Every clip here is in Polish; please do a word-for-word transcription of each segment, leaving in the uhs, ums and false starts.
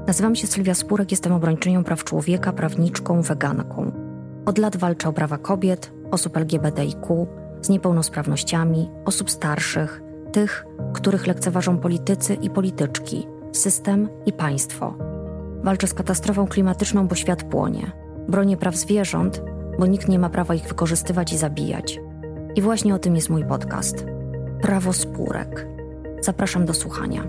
Nazywam się Sylwia Spurek, jestem obrończynią praw człowieka, prawniczką, weganką. Od lat walczę o prawa kobiet, osób L G B T I Q, z niepełnosprawnościami, osób starszych, tych, których lekceważą politycy i polityczki, system i państwo. Walczę z katastrofą klimatyczną, bo świat płonie. Bronię praw zwierząt, bo nikt nie ma prawa ich wykorzystywać i zabijać. I właśnie o tym jest mój podcast. Prawo Spurek. Zapraszam do słuchania.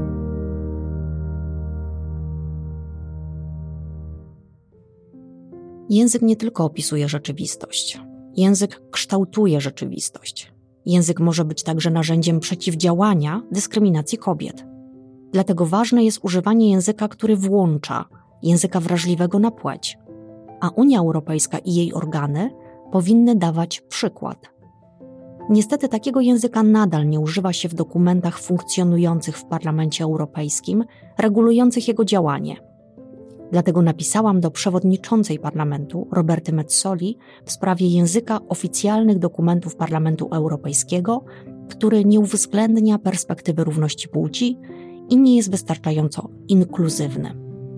Język nie tylko opisuje rzeczywistość. Język kształtuje rzeczywistość. Język może być także narzędziem przeciwdziałania dyskryminacji kobiet. Dlatego ważne jest używanie języka, który włącza, języka wrażliwego na płeć. A Unia Europejska i jej organy powinny dawać przykład. Niestety takiego języka nadal nie używa się w dokumentach funkcjonujących w Parlamencie Europejskim, regulujących jego działanie. Dlatego napisałam do przewodniczącej Parlamentu, Roberty Mezzoli, w sprawie języka oficjalnych dokumentów Parlamentu Europejskiego, który nie uwzględnia perspektywy równości płci i nie jest wystarczająco inkluzywny.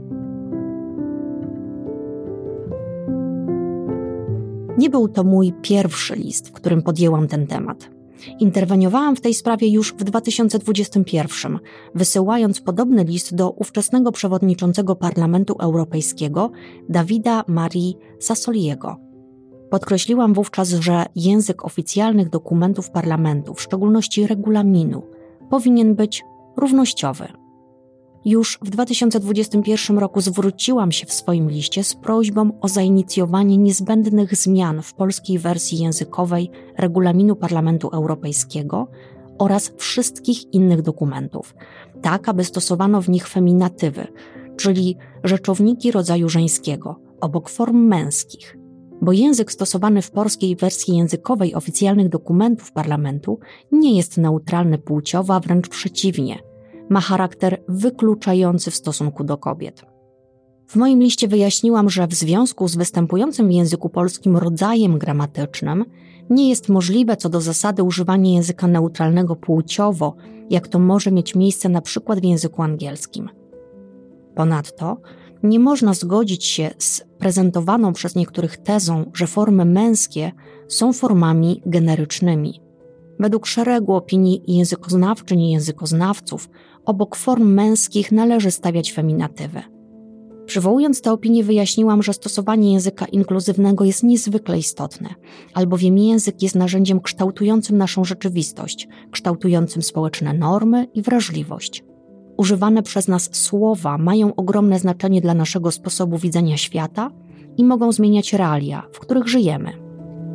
Nie był to mój pierwszy list, w którym podjęłam ten temat. Interweniowałam w tej sprawie już w dwa tysiące dwudziestym pierwszym, wysyłając podobny list do ówczesnego przewodniczącego Parlamentu Europejskiego Davida Marii Sassoliego. Podkreśliłam wówczas, że język oficjalnych dokumentów Parlamentu, w szczególności regulaminu, powinien być równościowy. Już w dwa tysiące dwudziestym pierwszym roku zwróciłam się w swoim liście z prośbą o zainicjowanie niezbędnych zmian w polskiej wersji językowej Regulaminu Parlamentu Europejskiego oraz wszystkich innych dokumentów, tak aby stosowano w nich feminatywy, czyli rzeczowniki rodzaju żeńskiego, obok form męskich. Bo język stosowany w polskiej wersji językowej oficjalnych dokumentów Parlamentu nie jest neutralny płciowo, a wręcz przeciwnie – ma charakter wykluczający w stosunku do kobiet. W moim liście wyjaśniłam, że w związku z występującym w języku polskim rodzajem gramatycznym nie jest możliwe co do zasady używanie języka neutralnego płciowo, jak to może mieć miejsce na przykład w języku angielskim. Ponadto nie można zgodzić się z prezentowaną przez niektórych tezą, że formy męskie są formami generycznymi. Według szeregu opinii językoznawczyń i językoznawców obok form męskich należy stawiać feminatywy. Przywołując tę opinię wyjaśniłam, że stosowanie języka inkluzywnego jest niezwykle istotne, albowiem język jest narzędziem kształtującym naszą rzeczywistość, kształtującym społeczne normy i wrażliwość. Używane przez nas słowa mają ogromne znaczenie dla naszego sposobu widzenia świata i mogą zmieniać realia, w których żyjemy.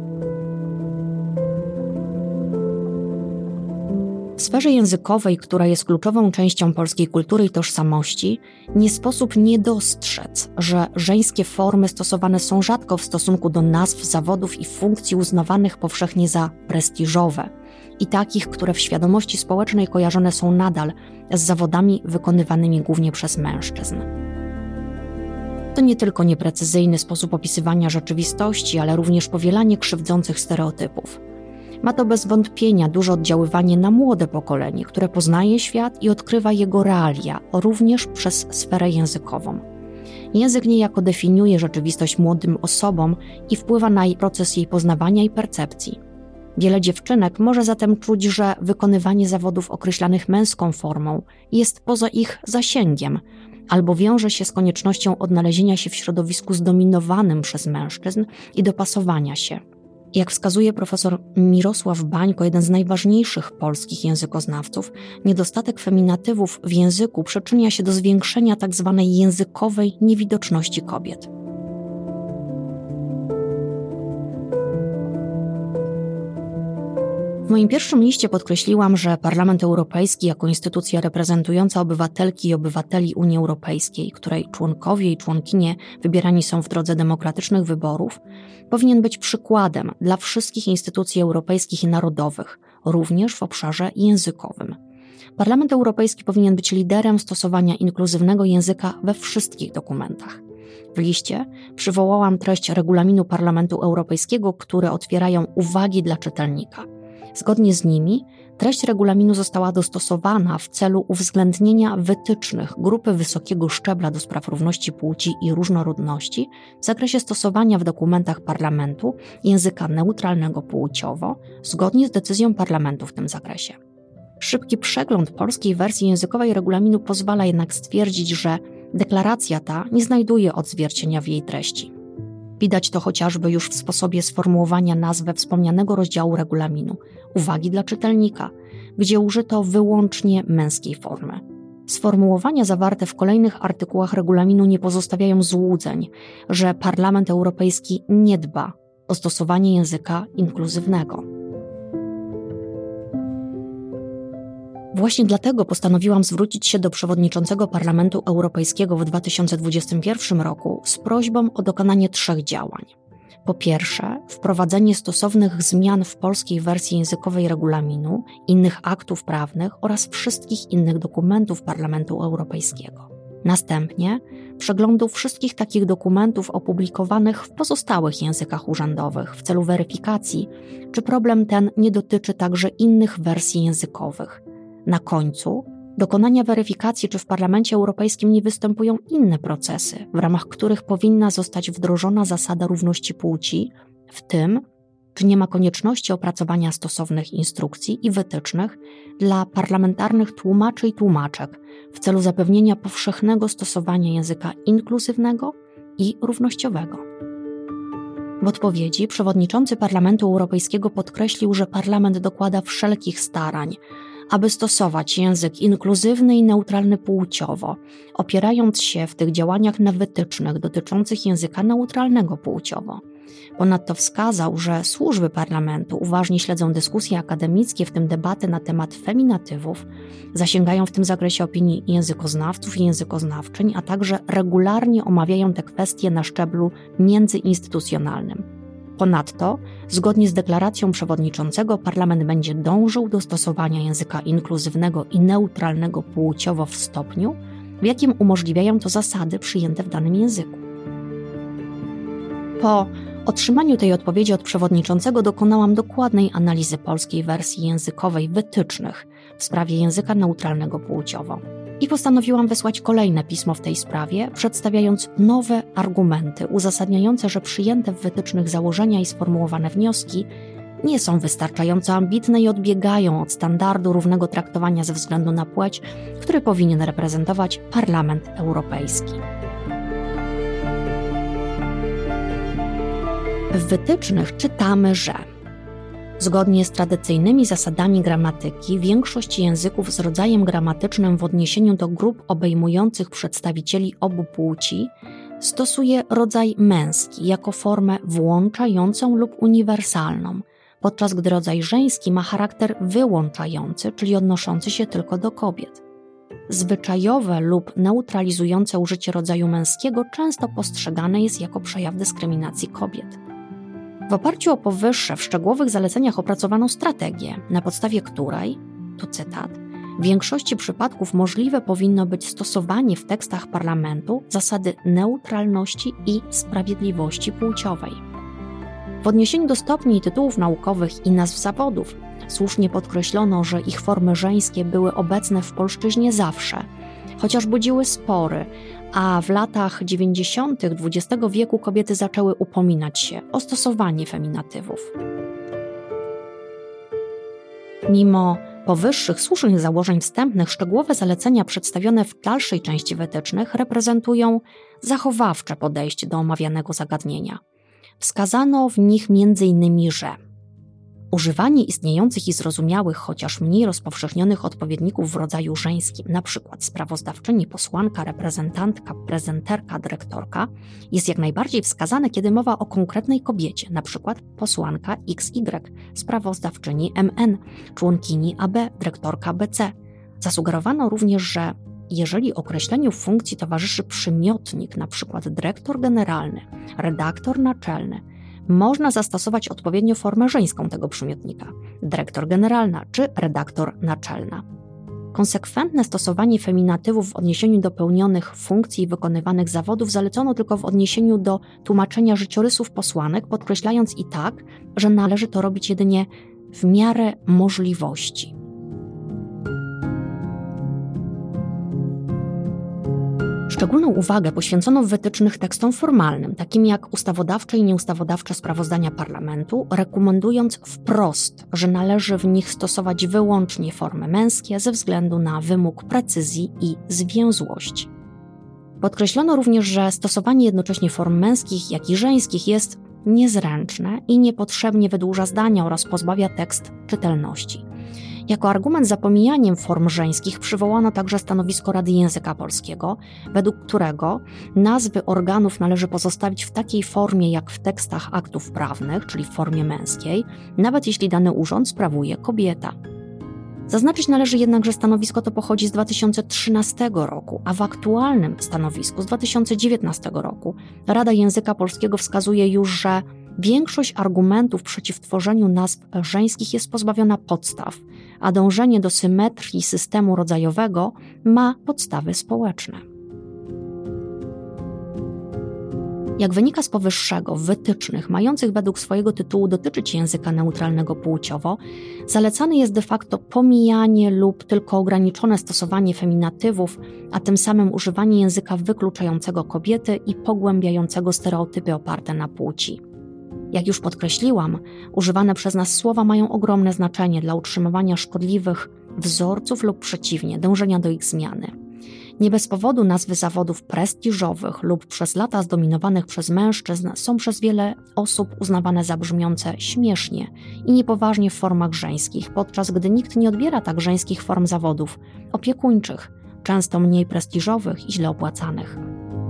W sferze językowej, która jest kluczową częścią polskiej kultury i tożsamości, nie sposób nie dostrzec, że żeńskie formy stosowane są rzadko w stosunku do nazw zawodów i funkcji uznawanych powszechnie za prestiżowe i takich, które w świadomości społecznej kojarzone są nadal z zawodami wykonywanymi głównie przez mężczyzn. To nie tylko nieprecyzyjny sposób opisywania rzeczywistości, ale również powielanie krzywdzących stereotypów. Ma to bez wątpienia duże oddziaływanie na młode pokolenie, które poznaje świat i odkrywa jego realia, również przez sferę językową. Język niejako definiuje rzeczywistość młodym osobom i wpływa na proces jej poznawania i percepcji. Wiele dziewczynek może zatem czuć, że wykonywanie zawodów określanych męską formą jest poza ich zasięgiem, albo wiąże się z koniecznością odnalezienia się w środowisku zdominowanym przez mężczyzn i dopasowania się. Jak wskazuje profesor Mirosław Bańko, jeden z najważniejszych polskich językoznawców, niedostatek feminatywów w języku przyczynia się do zwiększenia tzw. językowej niewidoczności kobiet. W moim pierwszym liście podkreśliłam, że Parlament Europejski jako instytucja reprezentująca obywatelki i obywateli Unii Europejskiej, której członkowie i członkinie wybierani są w drodze demokratycznych wyborów, powinien być przykładem dla wszystkich instytucji europejskich i narodowych, również w obszarze językowym. Parlament Europejski powinien być liderem stosowania inkluzywnego języka we wszystkich dokumentach. W liście przywołałam treść regulaminu Parlamentu Europejskiego, które otwierają uwagi dla czytelnika. Zgodnie z nimi treść regulaminu została dostosowana w celu uwzględnienia wytycznych grupy wysokiego szczebla do spraw równości płci i różnorodności w zakresie stosowania w dokumentach parlamentu języka neutralnego płciowo, zgodnie z decyzją parlamentu w tym zakresie. Szybki przegląd polskiej wersji językowej regulaminu pozwala jednak stwierdzić, że deklaracja ta nie znajduje odzwierciedlenia w jej treści. Widać to chociażby już w sposobie sformułowania nazwy wspomnianego rozdziału regulaminu Uwagi dla czytelnika, gdzie użyto wyłącznie męskiej formy. Sformułowania zawarte w kolejnych artykułach regulaminu nie pozostawiają złudzeń, że Parlament Europejski nie dba o stosowanie języka inkluzywnego. Właśnie dlatego postanowiłam zwrócić się do przewodniczącego Parlamentu Europejskiego w dwa tysiące dwudziestym pierwszym roku z prośbą o dokonanie trzech działań. Po pierwsze, wprowadzenie stosownych zmian w polskiej wersji językowej regulaminu, innych aktów prawnych oraz wszystkich innych dokumentów Parlamentu Europejskiego. Następnie przeglądu wszystkich takich dokumentów opublikowanych w pozostałych językach urzędowych w celu weryfikacji, czy problem ten nie dotyczy także innych wersji językowych. Na końcu dokonania weryfikacji, czy w Parlamencie Europejskim nie występują inne procesy, w ramach których powinna zostać wdrożona zasada równości płci, w tym, czy nie ma konieczności opracowania stosownych instrukcji i wytycznych dla parlamentarnych tłumaczy i tłumaczek w celu zapewnienia powszechnego stosowania języka inkluzywnego i równościowego. W odpowiedzi przewodniczący Parlamentu Europejskiego podkreślił, że Parlament dokłada wszelkich starań, aby stosować język inkluzywny i neutralny płciowo, opierając się w tych działaniach na wytycznych dotyczących języka neutralnego płciowo. Ponadto wskazał, że służby Parlamentu uważnie śledzą dyskusje akademickie, w tym debaty na temat feminatywów, zasięgają w tym zakresie opinii językoznawców i językoznawczyń, a także regularnie omawiają te kwestie na szczeblu międzyinstytucjonalnym. Ponadto, zgodnie z deklaracją przewodniczącego, Parlament będzie dążył do stosowania języka inkluzywnego i neutralnego płciowo w stopniu, w jakim umożliwiają to zasady przyjęte w danym języku. Po otrzymaniu tej odpowiedzi od przewodniczącego dokonałam dokładnej analizy polskiej wersji językowej wytycznych w sprawie języka neutralnego płciowo i postanowiłam wysłać kolejne pismo w tej sprawie, przedstawiając nowe argumenty uzasadniające, że przyjęte w wytycznych założenia i sformułowane wnioski nie są wystarczająco ambitne i odbiegają od standardu równego traktowania ze względu na płeć, który powinien reprezentować Parlament Europejski. W wytycznych czytamy, że zgodnie z tradycyjnymi zasadami gramatyki większość języków z rodzajem gramatycznym w odniesieniu do grup obejmujących przedstawicieli obu płci stosuje rodzaj męski jako formę włączającą lub uniwersalną, podczas gdy rodzaj żeński ma charakter wyłączający, czyli odnoszący się tylko do kobiet. Zwyczajowe lub neutralizujące użycie rodzaju męskiego często postrzegane jest jako przejaw dyskryminacji kobiet. W oparciu o powyższe w szczegółowych zaleceniach opracowano strategię, na podstawie której, tu cytat, w większości przypadków możliwe powinno być stosowanie w tekstach parlamentu zasady neutralności i sprawiedliwości płciowej. W odniesieniu do stopni i tytułów naukowych i nazw zawodów słusznie podkreślono, że ich formy żeńskie były obecne w polszczyźnie zawsze, chociaż budziły spory, a w latach dziewięćdziesiątych dwudziestego wieku kobiety zaczęły upominać się o stosowanie feminatywów. Mimo powyższych słusznych założeń wstępnych, szczegółowe zalecenia przedstawione w dalszej części wytycznych reprezentują zachowawcze podejście do omawianego zagadnienia. Wskazano w nich między innymi, że używanie istniejących i zrozumiałych, chociaż mniej rozpowszechnionych odpowiedników w rodzaju żeńskim, np. sprawozdawczyni, posłanka, reprezentantka, prezenterka, dyrektorka, jest jak najbardziej wskazane, kiedy mowa o konkretnej kobiecie, np. posłanka X Y, sprawozdawczyni M N, członkini A B, dyrektorka B C. Zasugerowano również, że jeżeli określeniu funkcji towarzyszy przymiotnik, np. dyrektor generalny, redaktor naczelny, można zastosować odpowiednio formę żeńską tego przymiotnika, dyrektor generalna czy redaktor naczelna. Konsekwentne stosowanie feminatywów w odniesieniu do pełnionych funkcji i wykonywanych zawodów zalecono tylko w odniesieniu do tłumaczenia życiorysów posłanek, podkreślając i tak, że należy to robić jedynie w miarę możliwości. Szczególną uwagę poświęcono w wytycznych tekstom formalnym, takim jak ustawodawcze i nieustawodawcze sprawozdania parlamentu, rekomendując wprost, że należy w nich stosować wyłącznie formy męskie ze względu na wymóg precyzji i zwięzłości. Podkreślono również, że stosowanie jednocześnie form męskich, jak i żeńskich jest niezręczne i niepotrzebnie wydłuża zdania oraz pozbawia tekst czytelności. Jako argument za pomijaniem form żeńskich przywołano także stanowisko Rady Języka Polskiego, według którego nazwy organów należy pozostawić w takiej formie jak w tekstach aktów prawnych, czyli w formie męskiej, nawet jeśli dany urząd sprawuje kobieta. Zaznaczyć należy jednak, że stanowisko to pochodzi z dwa tysiące trzynastego roku, a w aktualnym stanowisku z dwa tysiące dziewiętnastego roku Rada Języka Polskiego wskazuje już, że większość argumentów przeciw tworzeniu nazw żeńskich jest pozbawiona podstaw, a dążenie do symetrii systemu rodzajowego ma podstawy społeczne. Jak wynika z powyższego, w wytycznych mających według swojego tytułu dotyczyć języka neutralnego płciowo, zalecane jest de facto pomijanie lub tylko ograniczone stosowanie feminatywów, a tym samym używanie języka wykluczającego kobiety i pogłębiającego stereotypy oparte na płci. Jak już podkreśliłam, używane przez nas słowa mają ogromne znaczenie dla utrzymywania szkodliwych wzorców lub przeciwnie, dążenia do ich zmiany. Nie bez powodu nazwy zawodów prestiżowych lub przez lata zdominowanych przez mężczyzn są przez wiele osób uznawane za brzmiące śmiesznie i niepoważnie w formach żeńskich, podczas gdy nikt nie odbiera tak żeńskich form zawodów opiekuńczych, często mniej prestiżowych i źle opłacanych.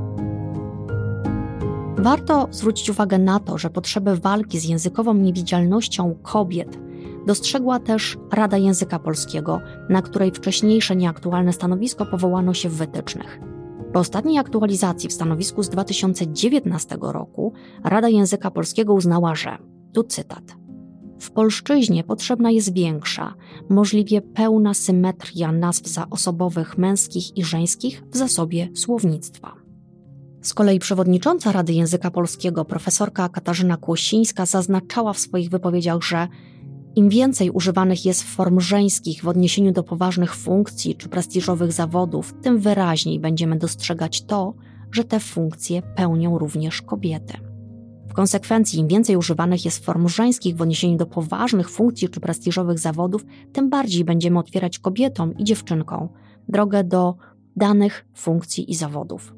Warto zwrócić uwagę na to, że potrzebę walki z językową niewidzialnością kobiet dostrzegła też Rada Języka Polskiego, na której wcześniejsze nieaktualne stanowisko powołano się w wytycznych. Po ostatniej aktualizacji w stanowisku z dwa tysiące dziewiętnastego roku Rada Języka Polskiego uznała, że, tu cytat, w polszczyźnie potrzebna jest większa, możliwie pełna symetria nazw zaosobowych męskich i żeńskich w zasobie słownictwa. Z kolei przewodnicząca Rady Języka Polskiego profesorka Katarzyna Kłosińska zaznaczała w swoich wypowiedziach, że im więcej używanych jest form żeńskich w odniesieniu do poważnych funkcji czy prestiżowych zawodów, tym wyraźniej będziemy dostrzegać to, że te funkcje pełnią również kobiety. W konsekwencji im więcej używanych jest form żeńskich w odniesieniu do poważnych funkcji czy prestiżowych zawodów, tym bardziej będziemy otwierać kobietom i dziewczynkom drogę do danych funkcji i zawodów.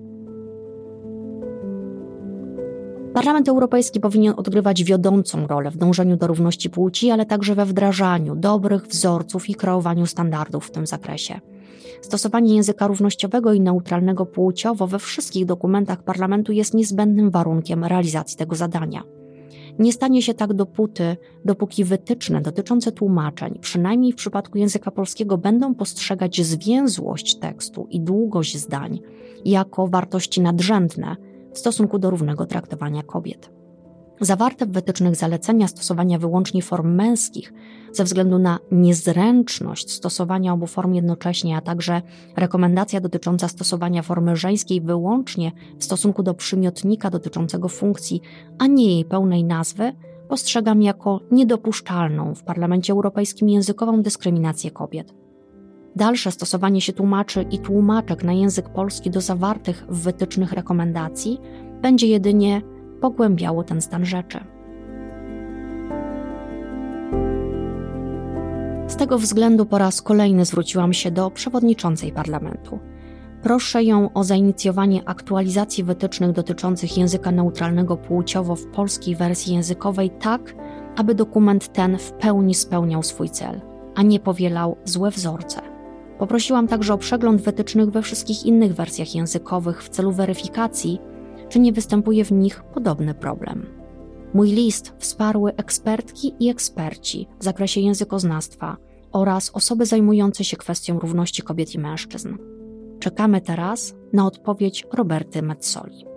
Parlament Europejski powinien odgrywać wiodącą rolę w dążeniu do równości płci, ale także we wdrażaniu dobrych wzorców i kreowaniu standardów w tym zakresie. Stosowanie języka równościowego i neutralnego płciowo we wszystkich dokumentach Parlamentu jest niezbędnym warunkiem realizacji tego zadania. Nie stanie się tak dopóty, dopóki wytyczne dotyczące tłumaczeń, przynajmniej w przypadku języka polskiego, będą postrzegać zwięzłość tekstu i długość zdań jako wartości nadrzędne w stosunku do równego traktowania kobiet. Zawarte w wytycznych zalecenia stosowania wyłącznie form męskich ze względu na niezręczność stosowania obu form jednocześnie, a także rekomendacja dotycząca stosowania formy żeńskiej wyłącznie w stosunku do przymiotnika dotyczącego funkcji, a nie jej pełnej nazwy, postrzegam jako niedopuszczalną w Parlamencie Europejskim językową dyskryminację kobiet. Dalsze stosowanie się tłumaczy i tłumaczek na język polski do zawartych w wytycznych rekomendacji będzie jedynie pogłębiało ten stan rzeczy. Z tego względu po raz kolejny zwróciłam się do przewodniczącej Parlamentu. Proszę ją o zainicjowanie aktualizacji wytycznych dotyczących języka neutralnego płciowo w polskiej wersji językowej tak, aby dokument ten w pełni spełniał swój cel, a nie powielał złe wzorce. Poprosiłam także o przegląd wytycznych we wszystkich innych wersjach językowych w celu weryfikacji, czy nie występuje w nich podobny problem. Mój list wsparły ekspertki i eksperci w zakresie językoznawstwa oraz osoby zajmujące się kwestią równości kobiet i mężczyzn. Czekamy teraz na odpowiedź Roberty Metzoli.